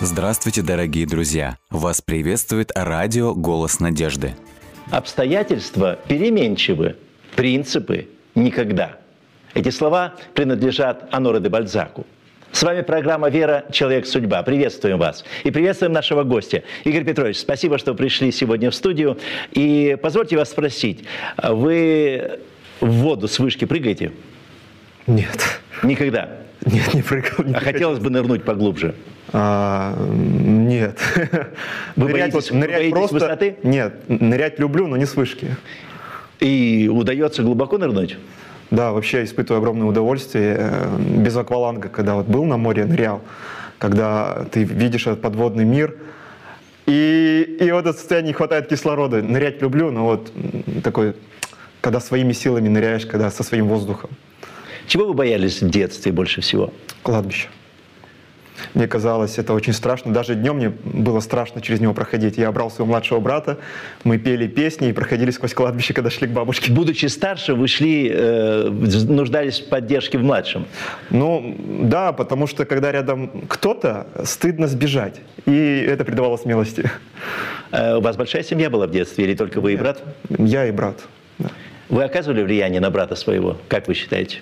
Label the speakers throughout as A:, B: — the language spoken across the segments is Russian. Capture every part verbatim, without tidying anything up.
A: Здравствуйте, дорогие друзья! Вас приветствует радио «Голос надежды».
B: Обстоятельства переменчивы, принципы никогда. Эти слова принадлежат Оноре де Бальзаку. С вами программа «Вера. Человек. Судьба». Приветствуем вас. И приветствуем нашего гостя. Игорь Петрович, спасибо, что пришли сегодня в студию. И позвольте вас спросить, вы в воду с вышки прыгаете?
C: Нет.
B: Никогда?
C: Нет, не прыгал. Не
B: а хотелось бы нырнуть поглубже?
C: А, нет.
B: Вы
C: нырять,
B: боитесь,
C: вот,
B: вы
C: нырять
B: боитесь
C: просто...
B: высоты?
C: Нет, нырять люблю, но не с вышки.
B: И удается глубоко нырнуть?
C: Да, вообще испытываю огромное удовольствие. Без акваланга, когда вот был на море, нырял, когда ты видишь этот подводный мир, и, и в это состояние не хватает кислорода. Нырять люблю, но вот такой, когда своими силами ныряешь, когда со своим воздухом.
B: Чего вы боялись в детстве больше всего?
C: Кладбище. Мне казалось, это очень страшно. Даже днем мне было страшно через него проходить. Я брал своего младшего брата, мы пели песни и проходили сквозь кладбище, когда шли к бабушке.
B: Будучи старше, вы шли, э, нуждались в поддержке в младшем?
C: Ну, да, потому что когда рядом кто-то, стыдно сбежать. И это придавало смелости.
B: Э, у вас большая семья была в детстве или только вы
C: Нет,
B: и брат?
C: Я и брат. Да.
B: Вы оказывали влияние на брата своего, как вы считаете?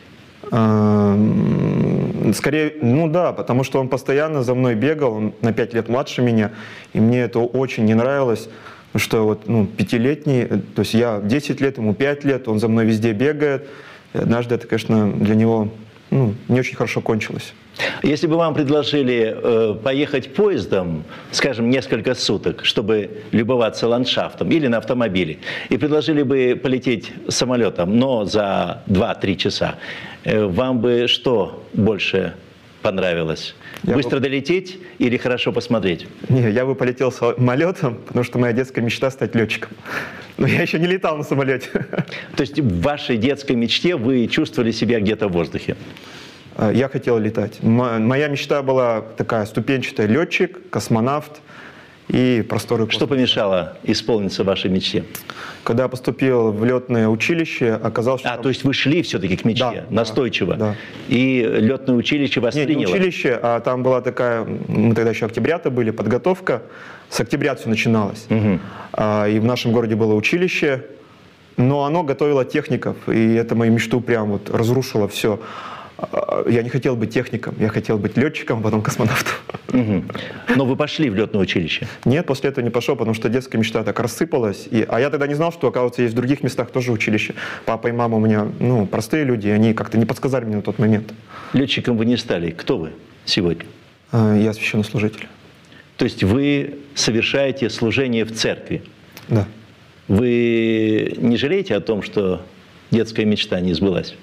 C: Скорее, ну да, потому что он постоянно за мной бегал, он на пять лет младше меня, и мне это очень не нравилось, что вот, ну, пятилетний, то есть я десять лет, ему пять лет, он за мной везде бегает, и однажды это, конечно, для него, ну, не очень хорошо кончилось.
B: Если бы вам предложили э, поехать поездом, скажем, несколько суток, чтобы любоваться ландшафтом, или на автомобиле, и предложили бы полететь самолетом, но за два-три часа, э, вам бы что больше понравилось?
C: Я
B: Быстро
C: бы...
B: долететь или хорошо посмотреть?
C: Не, я бы полетел самолетом, потому что моя детская мечта стать летчиком. Но я еще не летал на самолете.
B: То есть в вашей детской мечте вы чувствовали себя где-то в воздухе?
C: Я хотел летать. Моя мечта была такая: ступенчатый летчик, космонавт и просторы космоса.
B: Что помешало исполниться вашей мечте?
C: Когда я поступил в летное училище, оказалось, что...
B: А, то есть вы шли все-таки к мечте,
C: да,
B: настойчиво.
C: Да.
B: И летное училище вас
C: Нет,
B: приняло?
C: Не училище, а там была такая, мы тогда еще октябрята были, подготовка. С октября все начиналось.
B: Угу.
C: И в нашем городе было училище, но оно готовило техников, и это мою мечту прям вот разрушило все. Я не хотел быть техником, я хотел быть летчиком, а потом космонавтом.
B: Угу. Но вы пошли в летное училище?
C: Нет, после этого не пошел, потому что детская мечта так рассыпалась. И, а я тогда не знал, что, оказывается, есть в других местах тоже училище. Папа и мама у меня, ну, простые люди, они как-то не подсказали мне на тот момент.
B: Летчиком вы не стали. Кто вы сегодня?
C: Я священнослужитель.
B: То есть вы совершаете служение в церкви?
C: Да.
B: Вы не жалеете о том, что детская мечта не сбылась?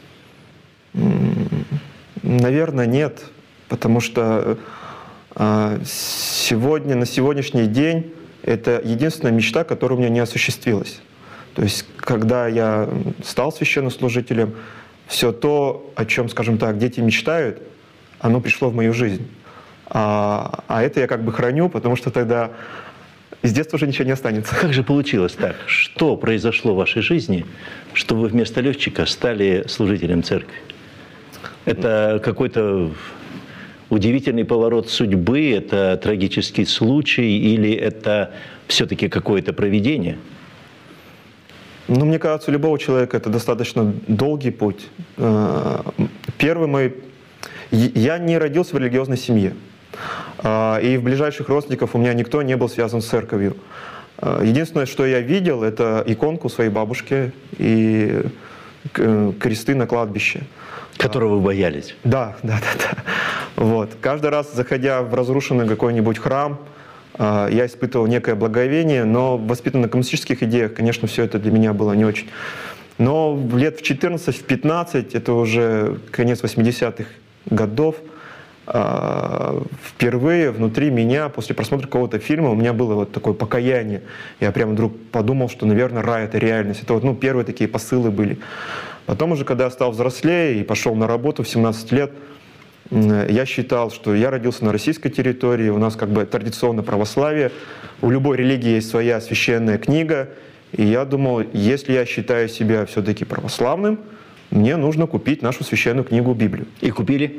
C: Наверное, нет, потому что э, сегодня, на сегодняшний день это единственная мечта, которая у меня не осуществилась. То есть, когда я стал священнослужителем, все то, о чем, скажем так, дети мечтают, оно пришло в мою жизнь. А, а это я как бы храню, потому что тогда из детства уже ничего не останется.
B: Как же получилось так? Что произошло в вашей жизни, что вы вместо летчика стали служителем церкви? Это какой-то удивительный поворот судьбы, это трагический случай или это все-таки какое-то провидение?
C: Ну, мне кажется, у любого человека это достаточно долгий путь. Первый мой... Я не родился в религиозной семье. И в ближайших родственников у меня никто не был связан с церковью. Единственное, что я видел, это иконку своей бабушки и кресты на кладбище.
B: Которого вы боялись?
C: Да, да, да, да. Вот. Каждый раз, заходя в разрушенный какой-нибудь храм, я испытывал некое благоговение, но воспитан на коммунистических идеях, конечно, все это для меня было не очень. Но лет в четырнадцать, в пятнадцать, это уже конец восьмидесятых годов, впервые внутри меня, после просмотра какого-то фильма, у меня было вот такое покаяние. Я прямо вдруг подумал, что, наверное, рай — это реальность. Это вот, ну, первые такие посылы были. Потом уже, когда я стал взрослее и пошел на работу в семнадцать лет, я считал, что я родился на российской территории, у нас как бы традиционно православие, у любой религии есть своя священная книга, и я думал, если я считаю себя все-таки православным, мне нужно купить нашу священную книгу Библию.
B: И купили?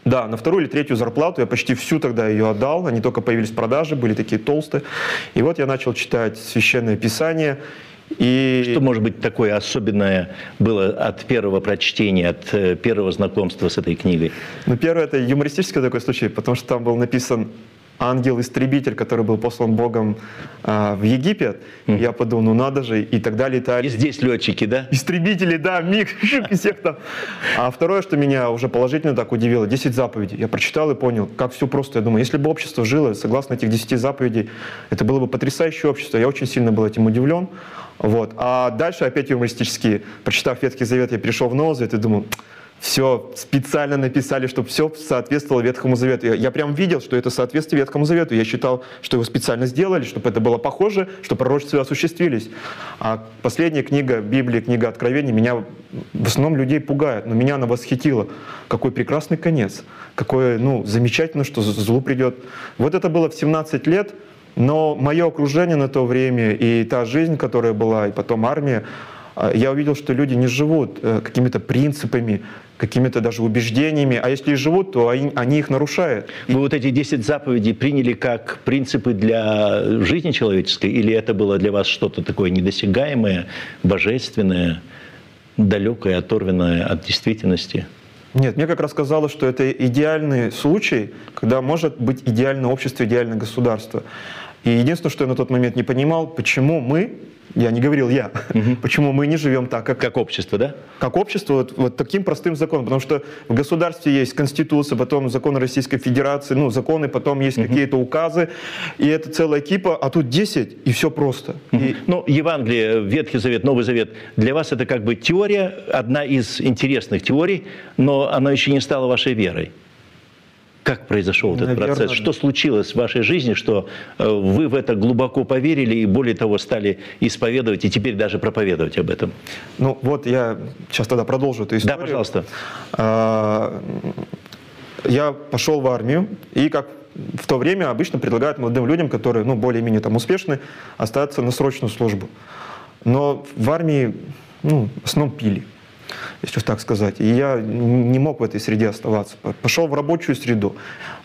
C: Да, на вторую или третью зарплату я почти всю тогда ее отдал. Они только появились в продаже, были такие толстые. И вот я начал читать Священное Писание. И...
B: Что, может быть, такое особенное было от первого прочтения, от первого знакомства с этой книгой?
C: Ну, первое, это юмористический такой случай, потому что там был написан ангел-истребитель, который был послан Богом а, в Египет. Mm. Я подумал, ну надо же, и тогда летали.
B: И здесь летчики, да?
C: Истребители, да, миг, и всех там. А второе, что меня уже положительно так удивило, десять заповедей. Я прочитал и понял, как все просто. Я думаю, если бы общество жило согласно этих десяти заповедей, это было бы потрясающее общество. Я очень сильно был этим удивлен. Вот. А дальше опять юмористически, прочитав Ветхий Завет, я перешел в Новый Завет и думаю, все специально написали, чтобы все соответствовало Ветхому Завету. Я, я прям видел, что это соответствует Ветхому Завету. Я считал, что его специально сделали, чтобы это было похоже, чтобы пророчества осуществились. А последняя книга Библии, книга Откровений, меня в основном людей пугает, но меня она восхитила. Какой прекрасный конец, какое, ну, замечательно, что злу придет. Вот это было в семнадцать лет, но мое окружение на то время и та жизнь, которая была, и потом армия, я увидел, что люди не живут какими-то принципами, какими-то даже убеждениями, а если и живут, то они, они их нарушают.
B: Вы вот эти десять заповедей приняли как принципы для жизни человеческой, или это было для вас что-то такое недосягаемое, божественное, далекое, оторванное от действительности?
C: Нет, мне как раз казалось, что это идеальный случай, когда может быть идеальное общество, идеальное государство. И единственное, что я на тот момент не понимал, почему мы, я не говорил я, угу. почему мы не живем так, как...
B: Как общество, да?
C: Как общество, вот, вот таким простым законом. Потому что в государстве есть Конституция, потом законы Российской Федерации, ну, законы, потом есть угу. какие-то указы, и это целая кипа, а тут десять, и все просто.
B: Угу.
C: И...
B: Ну, Евангелие, Ветхий Завет, Новый Завет, для вас это как бы теория, одна из интересных теорий, но она еще не стала вашей верой. Как произошел этот
C: Наверное,
B: процесс? Что случилось в вашей жизни, что вы в это глубоко поверили и, более того, стали исповедовать и теперь даже проповедовать об этом?
C: Ну вот я сейчас тогда продолжу эту историю.
B: Да, пожалуйста.
C: Я пошел в армию, и как в то время обычно предлагают молодым людям, которые ну, более-менее там успешны, остаться на срочную службу. Но в армии ну, в основном пили, если так сказать. И я не мог в этой среде оставаться. Пошел в рабочую среду.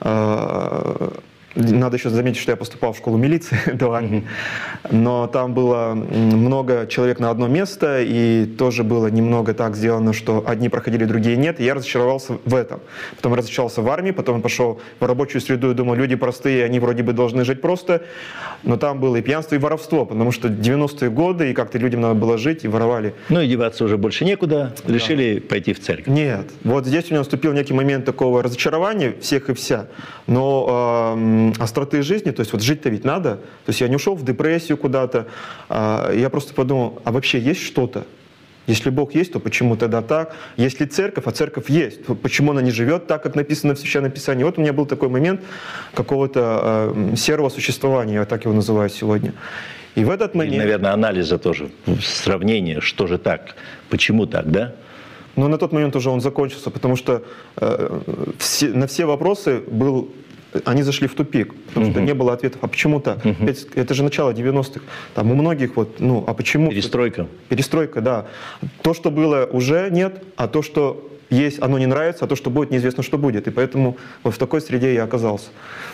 C: Надо еще заметить, что я поступал в школу милиции до армии. Но там было много человек на одно место, и тоже было немного так сделано, что одни проходили, другие нет. И я разочаровался в этом. Потом разочаровался в армии, потом пошел в рабочую среду и думал, люди простые, они вроде бы должны жить просто. Но там было и пьянство, и воровство, потому что девяностые годы, и как-то людям надо было жить, и воровали.
B: Ну и деваться уже больше некуда, решили да. пойти в церковь.
C: Нет, вот здесь у меня наступил некий момент такого разочарования всех и вся, но э, остроты жизни, то есть вот жить-то ведь надо, то есть я не ушел в депрессию куда-то, э, я просто подумал, а вообще есть что-то? Если Бог есть, то почему тогда так? Если церковь, а церковь есть, то почему она не живет так, как написано в Священном Писании? Вот у меня был такой момент какого-то э, серого существования, я так его называю сегодня. И в этот момент...
B: Или, наверное, анализа тоже, сравнения, что же так, почему так, да?
C: Но на тот момент уже он закончился, потому что э, все, на все вопросы был... Они зашли в тупик, потому uh-huh. что не было ответов. А почему так? Uh-huh. Это же начало девяностых. Там у многих вот, ну, а почему?
B: Перестройка.
C: Перестройка, да. То, что было, уже нет, а то, что есть, оно не нравится, а то, что будет, неизвестно, что будет. И поэтому вот в такой среде я оказался.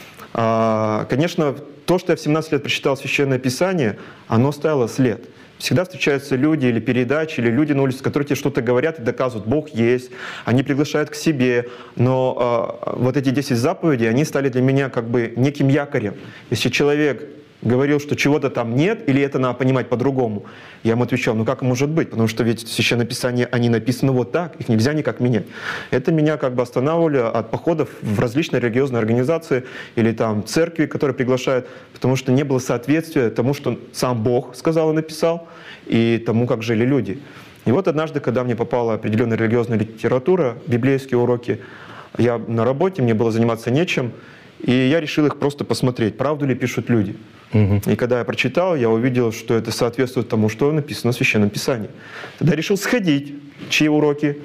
C: А, конечно, то, что я в семнадцать лет прочитал Священное Писание, оно оставило след. Всегда встречаются люди или передачи, или люди на улице, которые тебе что-то говорят и доказывают, Бог есть, они приглашают к себе. Но э, вот эти десять заповедей, они стали для меня как бы неким якорем. Если человек говорил, что чего-то там нет, или это надо понимать по-другому, я ему отвечал, ну как может быть, потому что ведь в Священном Писании они написаны вот так, их нельзя никак менять. Это меня как бы останавливали от походов в различные религиозные организации или там церкви, которые приглашают, потому что не было соответствия тому, что сам Бог сказал и написал, и тому, как жили люди. И вот однажды, когда мне попала определенная религиозная литература, библейские уроки, я на работе, мне было заниматься нечем, и я решил их просто посмотреть, правду ли пишут люди. Угу. И когда я прочитал, я увидел, что это соответствует тому, что написано в Священном Писании. Тогда решил сходить, чьи уроки.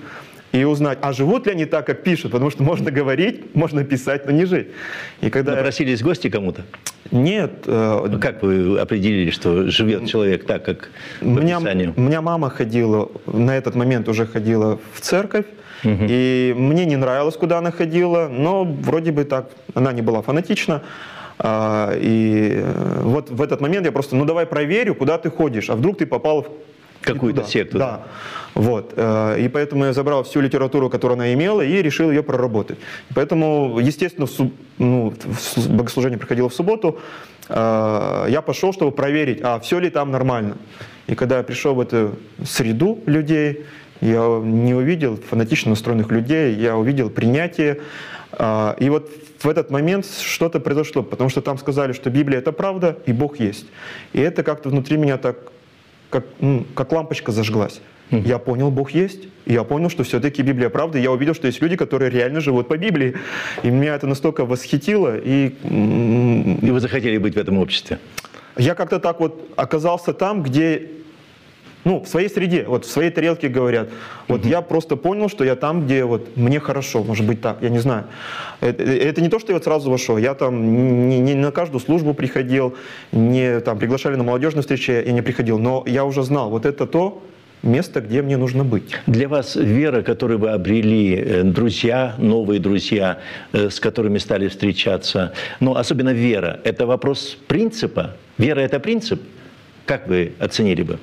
C: и узнать, а живут ли они так, как пишут, потому что можно говорить, можно писать, но не жить. И когда
B: напросились в гости кому-то?
C: Нет.
B: Э... Как вы определили, что живет человек так, как по
C: меня,
B: Писанию?
C: У меня мама ходила, на этот момент уже ходила в церковь, угу. И мне не нравилось, куда она ходила, но вроде бы так, она не была фанатична. И вот в этот момент я просто, ну давай проверю, куда ты ходишь, а вдруг ты попал в
B: какую-то секту.
C: Да. Вот. И поэтому я забрал всю литературу, которую она имела, и решил ее проработать. Поэтому, естественно, в суб... ну, богослужение проходило в субботу, я пошел, чтобы проверить, а все ли там нормально. И когда я пришел в эту среду людей, я не увидел фанатично настроенных людей, я увидел принятие. И вот в этот момент что-то произошло, потому что там сказали, что Библия — это правда, и Бог есть. И это как-то внутри меня так, как, ну, как лампочка зажглась. Mm-hmm. Я понял, Бог есть, и я понял, что все-таки Библия правда, и я увидел, что есть люди, которые реально живут по Библии. И меня это настолько восхитило. И,
B: и вы захотели быть в этом обществе?
C: Я как-то так вот оказался там, где... Ну, в своей среде, вот в своей тарелке говорят. Вот mm-hmm. я просто понял, что я там, где вот мне хорошо, может быть так, я не знаю. Это, это не то, что я вот сразу вошел. Я там не, не на каждую службу приходил, не там приглашали на молодежные встречи, я не приходил. Но я уже знал, вот это то место, где мне нужно быть.
B: Для вас вера, которую вы обрели, друзья, новые друзья, с которыми стали встречаться, но особенно вера, это вопрос принципа? Вера — это принцип? Как вы оценили бы?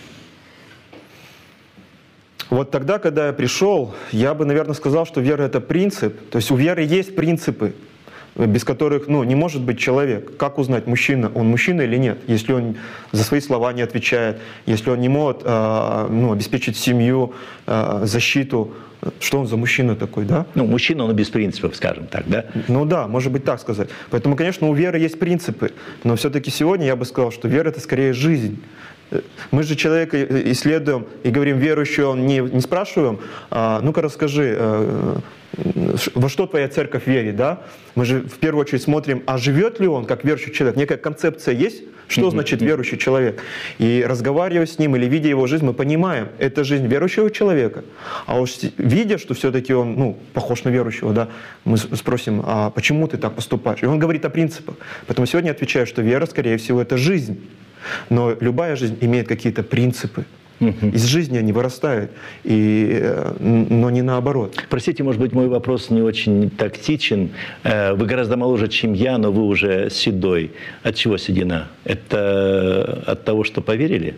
C: Вот тогда, когда я пришел, я бы, наверное, сказал, что вера — это принцип. То есть у веры есть принципы, без которых ну, не может быть человек. Как узнать, мужчина, он мужчина или нет, если он за свои слова не отвечает, если он не может э, ну, обеспечить семью, э, защиту, что он за мужчина такой, да?
B: Ну, мужчина, он без принципов, скажем так, да?
C: Ну да, может быть так сказать. Поэтому, конечно, у веры есть принципы, но все-таки сегодня я бы сказал, что вера — это скорее жизнь. Мы же человека исследуем и говорим, верующий, он не, не спрашиваем, а, ну-ка расскажи, а, во что твоя церковь верит, да? Мы же в первую очередь смотрим, а живет ли он как верующий человек? Некая концепция есть, что значит верующий человек? И разговаривая с ним или видя его жизнь, мы понимаем, это жизнь верующего человека. А уж видя, что все-таки он ну, похож на верующего, да, мы спросим, а почему ты так поступаешь? И он говорит о принципах. Поэтому сегодня я отвечаю, что вера, скорее всего, это жизнь. Но любая жизнь имеет какие-то принципы. Из жизни они вырастают, и, но не наоборот.
B: Простите, может быть, мой вопрос не очень тактичен. Вы гораздо моложе, чем я, но вы уже седой. От чего седина? Это от того, что поверили?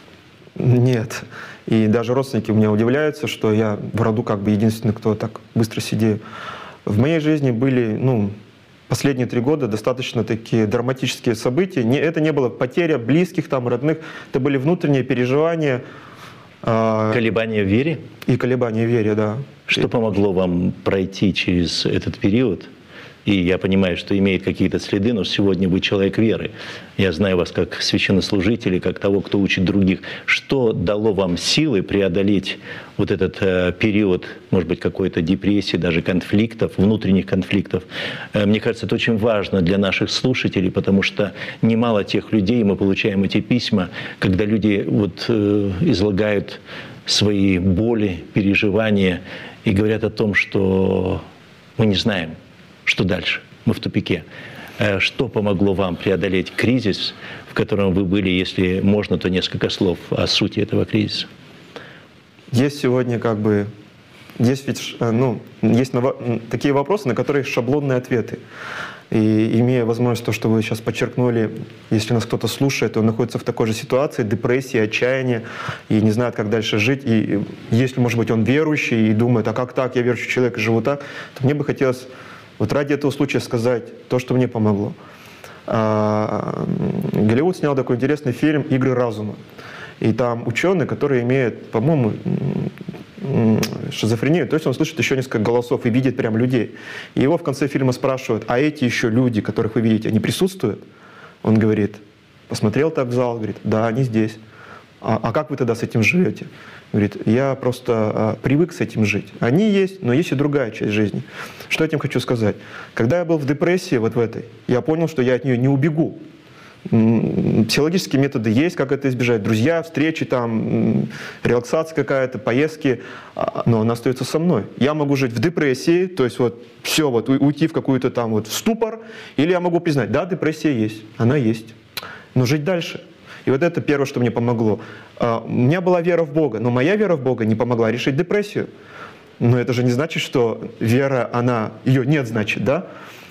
C: Нет. И даже родственники у меня удивляются, что я в роду как бы единственный, кто так быстро сидею. В моей жизни были, ну, последние три года достаточно такие драматические события. Не, это не было потеря близких, там, родных. Это были внутренние переживания.
B: Э, колебания в вере?
C: И колебания в вере, да.
B: Что и... помогло вам пройти через этот период? И я понимаю, что имеет какие-то следы, но сегодня вы человек веры. Я знаю вас как священнослужителя, как того, кто учит других. Что дало вам силы преодолеть вот этот э, период, может быть, какой-то депрессии, даже конфликтов, внутренних конфликтов? Э, мне кажется, это очень важно для наших слушателей, потому что немало тех людей, мы получаем эти письма, когда люди вот, э, излагают свои боли, переживания и говорят о том, что мы не знаем, что дальше? Мы в тупике. Что помогло вам преодолеть кризис, в котором вы были, если можно, то несколько слов о сути этого кризиса?
C: Есть сегодня как бы, есть ведь, ну, есть такие вопросы, на которые есть шаблонные ответы. И имея возможность, то, что вы сейчас подчеркнули, если нас кто-то слушает, он находится в такой же ситуации, депрессии, отчаяния, и не знает, как дальше жить, и если, может быть, он верующий и думает, а как так, я верующий человек и живу так, то мне бы хотелось вот ради этого случая сказать то, что мне помогло. Голливуд снял такой интересный фильм «Игры разума». И там ученый, который имеет, по-моему, шизофрению, то есть он слышит еще несколько голосов и видит прям людей. И его в конце фильма спрашивают, а эти еще люди, которых вы видите, они присутствуют? Он говорит, посмотрел так в зал, говорит, да, они здесь. А, а как вы тогда с этим живете? Говорит, я просто а, привык с этим жить. Они есть, но есть и другая часть жизни. Что я этим хочу сказать? Когда я был в депрессии вот в этой, я понял, что я от нее не убегу. Психологические методы есть, как это избежать. Друзья, встречи, там, релаксация какая-то, поездки, но она остается со мной. Я могу жить в депрессии, то есть вот все, вот уйти в какую-то там вот в ступор, или я могу признать, да, депрессия есть, она есть, но жить дальше. И вот это первое, что мне помогло. У меня была вера в Бога, но моя вера в Бога не помогла решить депрессию. Но это же не значит, что вера, она, ее нет, значит, да?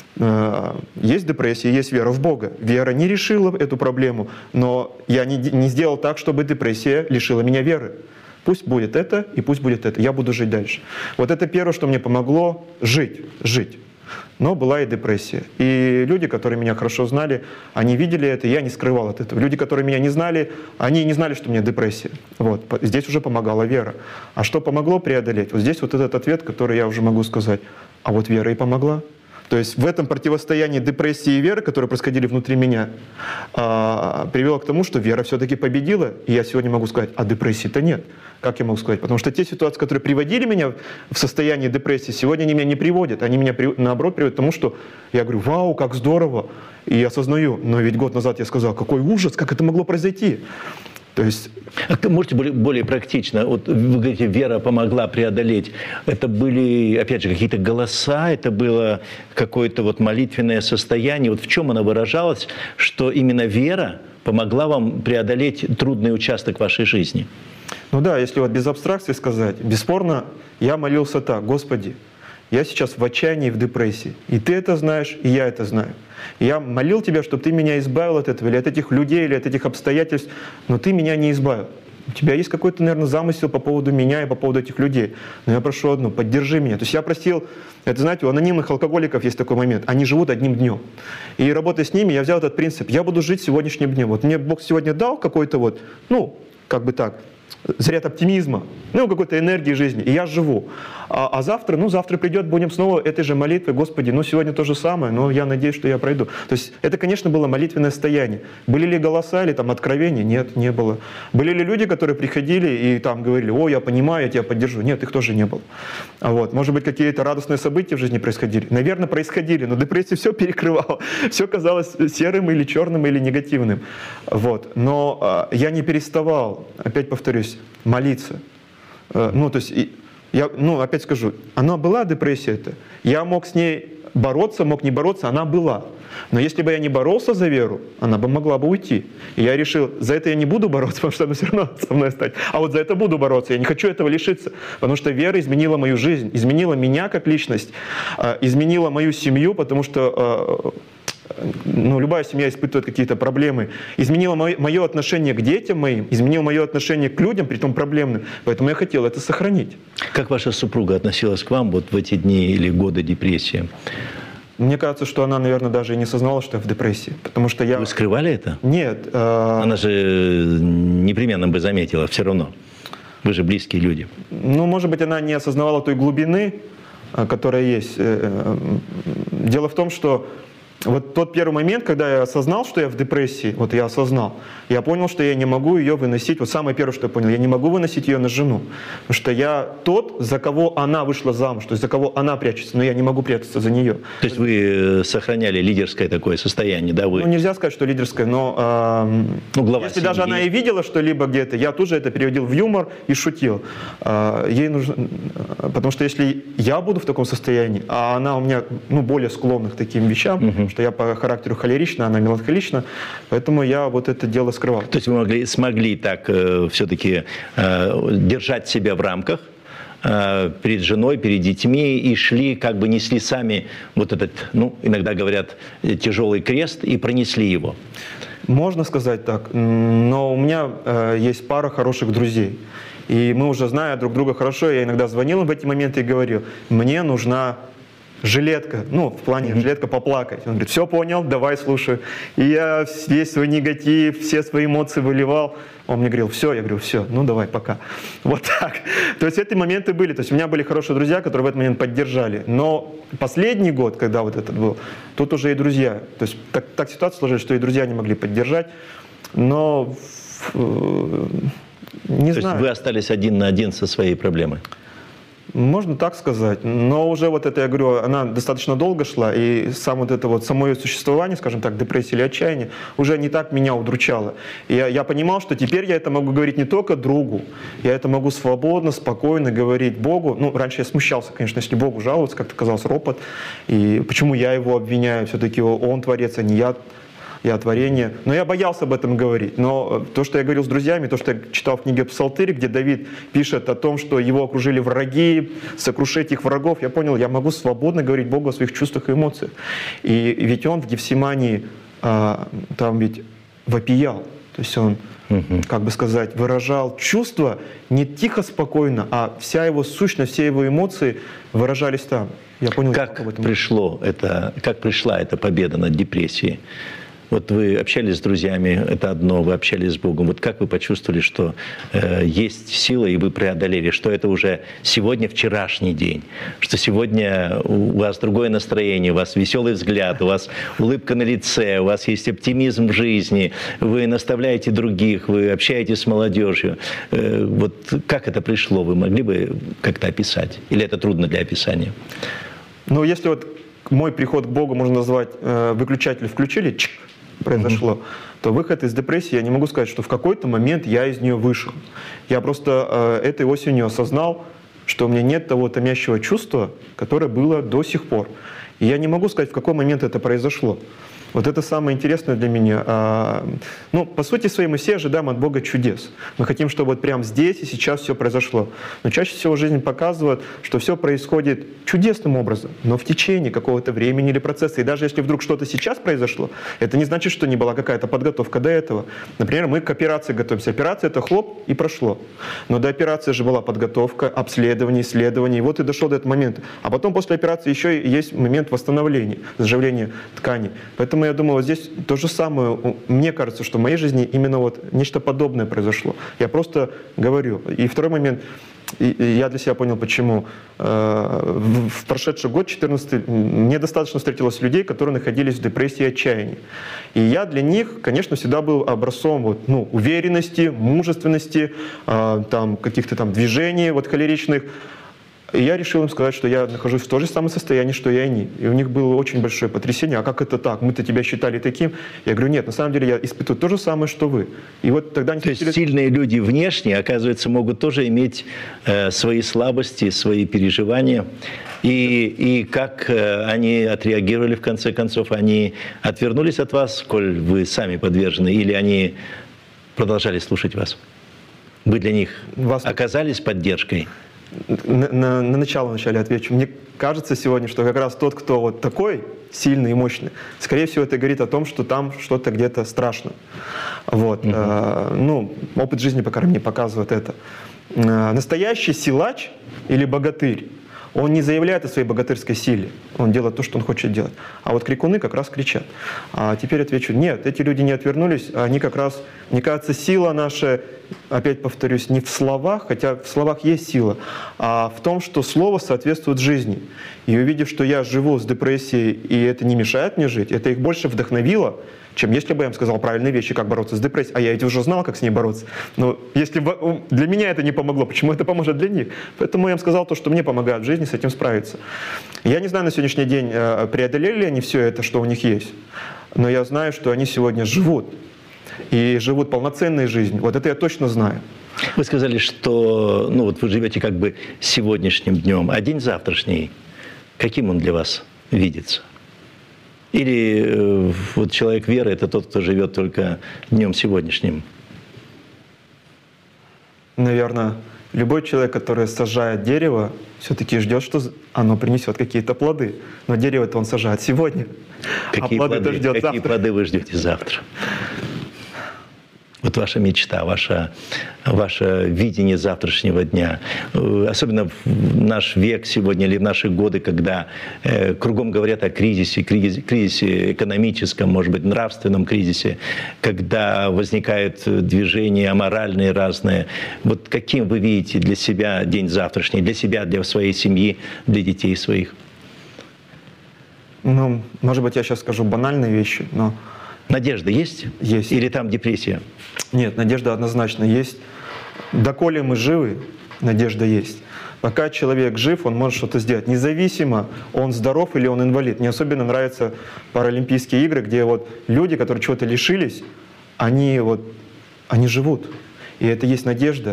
C: Есть депрессия, есть вера в Бога. Вера не решила эту проблему, но я не, не сделал так, чтобы депрессия лишила меня веры. Пусть будет это и пусть будет это. Я буду жить дальше. Вот это первое, что мне помогло жить, жить. Но была и депрессия. И люди, которые меня хорошо знали, они видели это, и я не скрывал от этого. Люди, которые меня не знали, они не знали, что у меня депрессия. Вот. Здесь уже помогала вера. А что помогло преодолеть? Вот здесь вот этот ответ, который я уже могу сказать. А вот вера и помогла. То есть в этом противостоянии депрессии и веры, которые происходили внутри меня, привело к тому, что вера все-таки победила. И я сегодня могу сказать, а депрессии-то нет. Как я могу сказать? Потому что те ситуации, которые приводили меня в состояние депрессии, сегодня они меня не приводят. Они меня, наоборот, приводят к тому, что я говорю, вау, как здорово. И осознаю, но ведь год назад я сказал, какой ужас, как это могло произойти. То есть...
B: Можете более, более практично, вот вы говорите, вера помогла преодолеть. Это были, опять же, какие-то голоса, это было какое-то вот молитвенное состояние. Вот в чем оно выражалось, что именно вера помогла вам преодолеть трудный участок вашей жизни?
C: Ну да, если вот без абстракции сказать, бесспорно, я молился так: Господи, я сейчас в отчаянии, в депрессии. И ты это знаешь, и я это знаю. Я молил Тебя, чтобы Ты меня избавил от этого, или от этих людей, или от этих обстоятельств, но Ты меня не избавил. У Тебя есть какой-то, наверное, замысел по поводу меня и по поводу этих людей. Но я прошу одну: поддержи меня. То есть я просил, это, знаете, у анонимных алкоголиков есть такой момент, они живут одним днем. И работая с ними, я взял этот принцип: я буду жить сегодняшним днем. Вот мне Бог сегодня дал какой-то вот, ну, как бы так, заряд оптимизма, ну, какой-то энергии жизни, и я живу. А, а завтра, ну, завтра придет, будем снова этой же молитвой: Господи, ну, сегодня то же самое, но я надеюсь, что я пройду. То есть это, конечно, было молитвенное состояние. Были ли голоса или там откровения? Нет, не было. Были ли люди, которые приходили и там говорили: о, я понимаю, я тебя поддержу? Нет, их тоже не было. А вот, может быть, какие-то радостные события в жизни происходили? Наверное, происходили, но депрессия все перекрывала. Все казалось серым или черным или негативным. Вот. Но а, я не переставал, опять повторюсь, молиться. Ну, то есть, я, ну, опять скажу, она была, депрессия эта. Я мог с ней бороться, мог не бороться, она была. Но если бы я не боролся за веру, она бы могла бы уйти. И я решил, за это я не буду бороться, потому что она все равно со мной останется. А вот за это буду бороться. Я не хочу этого лишиться. Потому что вера изменила мою жизнь, изменила меня как личность, изменила мою семью, потому что... Ну, любая семья испытывает какие-то проблемы. Изменило мое, мое отношение к детям моим, изменило мое отношение к людям, притом проблемным. Поэтому я хотел это сохранить.
B: Как ваша супруга относилась к вам вот в эти дни или годы депрессии?
C: Мне кажется, что она, наверное, даже и не сознала, что я в депрессии. Потому что я...
B: Вы скрывали это?
C: Нет. Э...
B: Она же непременно бы заметила все равно. Вы же близкие люди.
C: Ну, может быть, она не осознавала той глубины, которая есть. Дело в том, что вот тот первый момент, когда я осознал, что я в депрессии, вот я осознал, я понял, что я не могу ее выносить. Вот самое первое, что я понял, я не могу выносить ее на жену. Потому что я тот, за кого она вышла замуж, то есть за кого она прячется, но я не могу прятаться за нее.
B: То есть вы сохраняли лидерское такое состояние, да? Вы...
C: Ну, нельзя сказать, что лидерское, но э,
B: ну, глава
C: если
B: семьи.
C: даже она и видела что-либо где-то, я тут же это переводил в юмор и шутил. Э, ей нужно, потому что если я буду в таком состоянии, а она у меня, ну, более склонна к таким вещам, угу. что я по характеру холерична, она меланхолична, поэтому я вот это дело скрывал.
B: То есть вы могли, смогли так э, все-таки э, держать себя в рамках э, перед женой, перед детьми и шли, как бы несли сами вот этот, ну, иногда говорят, тяжелый крест и пронесли его?
C: Можно сказать так, но у меня э, есть пара хороших друзей. И мы уже, зная друг друга хорошо, я иногда звонил им в эти моменты и говорил: мне нужна жилетка, ну, в плане mm-hmm. жилетка поплакать. Он говорит: все понял, давай, слушаю. И я весь свой негатив, все свои эмоции выливал. Он мне говорил: все, я говорю: все, ну давай, пока. Вот так. То есть эти моменты были. То есть у меня были хорошие друзья, которые в этот момент поддержали. Но последний год, когда вот этот был, тут уже и друзья. То есть так, так ситуация сложилась, что и друзья не могли поддержать. Но э, не
B: То
C: знаю.
B: есть вы остались один на один со своей проблемой?
C: Можно так сказать, но уже вот это, я говорю, она достаточно долго шла, и сам вот это вот, само ее существование, скажем так, депрессия или отчаяние, уже не так меня удручало. И я, я понимал, что теперь я это могу говорить не только другу, я это могу свободно, спокойно говорить Богу. Ну, раньше я смущался, конечно, если Богу жаловаться, как-то казалось ропот, и почему я его обвиняю, все-таки он творец, а не я. Я творение. Но я боялся об этом говорить. Но то, что я говорил с друзьями, то, что я читал в книге Псалтырь, где Давид пишет о том, что его окружили враги, сокрушить их врагов, я понял, я могу свободно говорить Богу о своих чувствах и эмоциях. И ведь он в Гефсимании а, там ведь вопиял. То есть он, угу. как бы сказать, выражал чувства не тихо, спокойно, а вся его сущность, все его эмоции выражались там. Я понял,
B: как об этом пришло это, как пришла эта победа над депрессией? Вот вы общались с друзьями, это одно, вы общались с Богом. Вот как вы почувствовали, что э, есть сила, и вы преодолели, что это уже сегодня вчерашний день, что сегодня у вас другое настроение, у вас веселый взгляд, у вас улыбка на лице, у вас есть оптимизм в жизни, вы наставляете других, вы общаетесь с молодежью. Э, вот как это пришло, вы могли бы как-то описать? Или это трудно для описания? Ну,
C: если вот мой приход к Богу можно назвать э, выключатель включили, чик, произошло, mm-hmm. то выход из депрессии, я не могу сказать, что в какой-то момент я из нее вышел. Я просто э, этой осенью осознал, что у меня нет того томящего чувства, которое было до сих пор. И я не могу сказать, в какой момент это произошло. Вот это самое интересное для меня. А, ну, по сути своей, мы все ожидаем от Бога чудес. Мы хотим, чтобы вот прямо здесь и сейчас все произошло. Но чаще всего жизнь показывает, что все происходит чудесным образом, но в течение какого-то времени или процесса. И даже если вдруг что-то сейчас произошло, это не значит, что не была какая-то подготовка до этого. Например, мы к операции готовимся. Операция — это хлоп и прошло. Но до операции же была подготовка, обследование, исследование. И вот и дошел до этого момента. А потом после операции еще есть момент восстановления, заживления тканей. Поэтому я думаю, вот здесь то же самое. Мне кажется, что в моей жизни именно вот нечто подобное произошло. Я просто говорю. И второй момент. И я для себя понял, почему. В прошедший год, четырнадцатый, мне достаточно встретилось людей, которые находились в депрессии и отчаянии. И я для них, конечно, всегда был образцом вот, ну, уверенности, мужественности, там, каких-то там движений вот, холеричных. И я решил им сказать, что я нахожусь в том же самом состоянии, что и они. И у них было очень большое потрясение. А как это так? Мы-то тебя считали таким. Я говорю, нет, на самом деле я испытываю то же самое, что вы. И вот тогда они
B: то есть сильные люди внешне, оказывается, могут тоже иметь э, свои слабости, свои переживания. И, и как э, они отреагировали в конце концов? Они отвернулись от вас, коль вы сами подвержены, или они продолжали слушать вас? Вы для них вас... оказались поддержкой?
C: На, на, на начало вначале отвечу. Мне кажется сегодня, что как раз тот, кто вот такой сильный и мощный, скорее всего, это говорит о том, что там что-то где-то страшно. Вот. Угу. А, ну, опыт жизни, по крайней мере, показывает это. А, настоящий силач или богатырь, он не заявляет о своей богатырской силе, он делает то, что он хочет делать. А вот крикуны как раз кричат. А теперь отвечу, нет, эти люди не отвернулись, они как раз, мне кажется, сила наша, опять повторюсь, не в словах, хотя в словах есть сила, а в том, что слово соответствует жизни. И увидев, что я живу с депрессией, и это не мешает мне жить, это их больше вдохновило, чем если бы я им сказал правильные вещи, как бороться с депрессией. А я ведь уже знал, как с ней бороться. Но если бы для меня это не помогло, почему это поможет для них? Поэтому я им сказал то, что мне помогает в жизни с этим справиться. Я не знаю на сегодняшний день, преодолели ли они все это, что у них есть, но я знаю, что они сегодня живут. И живут полноценной жизнью. Вот это я точно знаю.
B: Вы сказали, что ну, вот вы живете как бы сегодняшним днем, а день завтрашний, каким он для вас видится? Или э, вот человек веры — это тот, кто живет только днем сегодняшним?
C: Наверное, любой человек, который сажает дерево, все-таки ждет, что оно принесет какие-то плоды. Но дерево-то он сажает сегодня,
B: какие
C: а плоды-то
B: плоды,
C: ждет
B: какие
C: завтра.
B: плоды вы ждете завтра? Вот ваша мечта, ваше, ваше видение завтрашнего дня. Особенно в наш век сегодня или в наши годы, когда э, кругом говорят о кризисе, кризисе, кризисе экономическом, может быть, нравственном кризисе, когда возникают движения аморальные разные. Вот каким вы видите для себя день завтрашний, для себя, для своей семьи, для детей своих?
C: Ну, может быть, я сейчас скажу банальные вещи, но...
B: Надежда есть?
C: Есть.
B: Или там депрессия?
C: Нет, надежда однозначно есть. Доколе мы живы, надежда есть. Пока человек жив, он может что-то сделать. Независимо, он здоров или он инвалид. Мне особенно нравятся Паралимпийские игры, где вот люди, которые чего-то лишились, они, вот, они живут. И это есть надежда.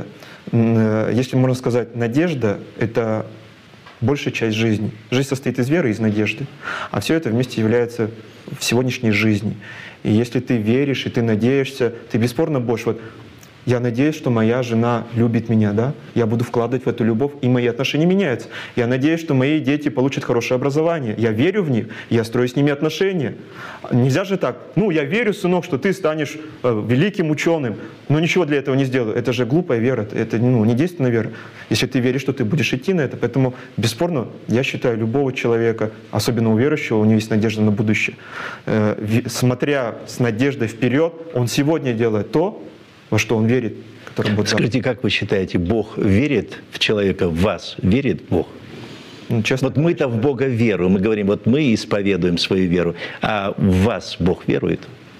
C: Если можно сказать, надежда — это большая часть жизни. Жизнь состоит из веры и из надежды. А все это вместе является в сегодняшней жизни. И если ты веришь и ты надеешься, ты бесспорно будешь. Вот, я надеюсь, что моя жена любит меня, да? Я буду вкладывать в эту любовь, и мои отношения меняются. Я надеюсь, что мои дети получат хорошее образование. Я верю в них, я строю с ними отношения. Нельзя же так, ну, я верю, сынок, что ты станешь э, великим ученым, но ничего для этого не сделаю. Это же глупая вера, это ну, не действенная вера. Если ты веришь, что ты будешь идти на это. Поэтому, бесспорно, я считаю, любого человека, особенно у верующего, у него есть надежда на будущее. Э, смотря с надеждой вперед, он сегодня делает то, во что он верит, который будет.
B: Скажите, как вы считаете, Бог верит в человека, в вас верит Бог?
C: Ну, честно,
B: вот мы-то в Бога веруем, мы говорим, вот мы исповедуем свою веру, а в вас Бог верует?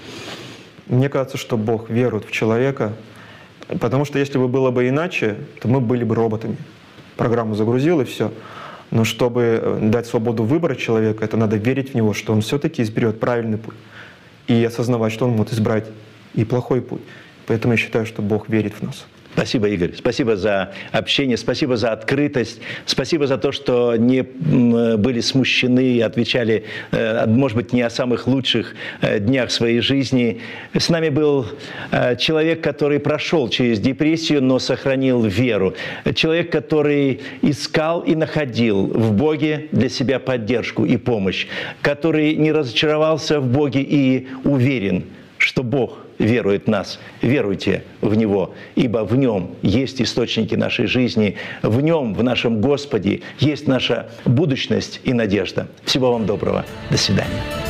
C: Мне кажется, что Бог верует в человека, потому что если бы было бы иначе, то мы были бы роботами. Программу загрузил и все. Но чтобы дать свободу выбора человека, это надо верить в него, что он все-таки изберет правильный путь. И осознавать, что он может избрать и плохой путь. Поэтому я считаю, что Бог верит в нас.
B: Спасибо, Игорь. Спасибо за общение, спасибо за открытость, спасибо за то, что не были смущены и отвечали, может быть, не о самых лучших днях своей жизни. С нами был человек, который прошел через депрессию, но сохранил веру. Человек, который искал и находил в Боге для себя поддержку и помощь. Который не разочаровался в Боге и уверен, что Бог верует в нас. Веруйте в Него, ибо в Нем есть источники нашей жизни, в Нем, в нашем Господе, есть наша будущность и надежда. Всего вам доброго. До свидания.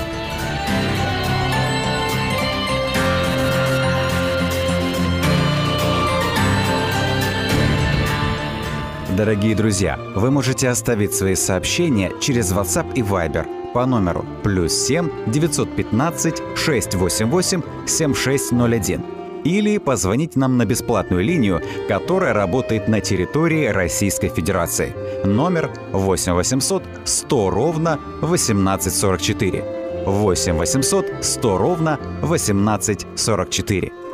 A: Дорогие друзья, вы можете оставить свои сообщения через WhatsApp и Viber по номеру плюс семь девятьсот пятнадцать шестьсот восемьдесят восемь семьдесят шесть ноль один или позвонить нам на бесплатную линию, которая работает на территории Российской Федерации. Номер восемь восемьсот сто ровно восемнадцать сорок четыре. восемь восемьсот сто ровно восемнадцать сорок четыре.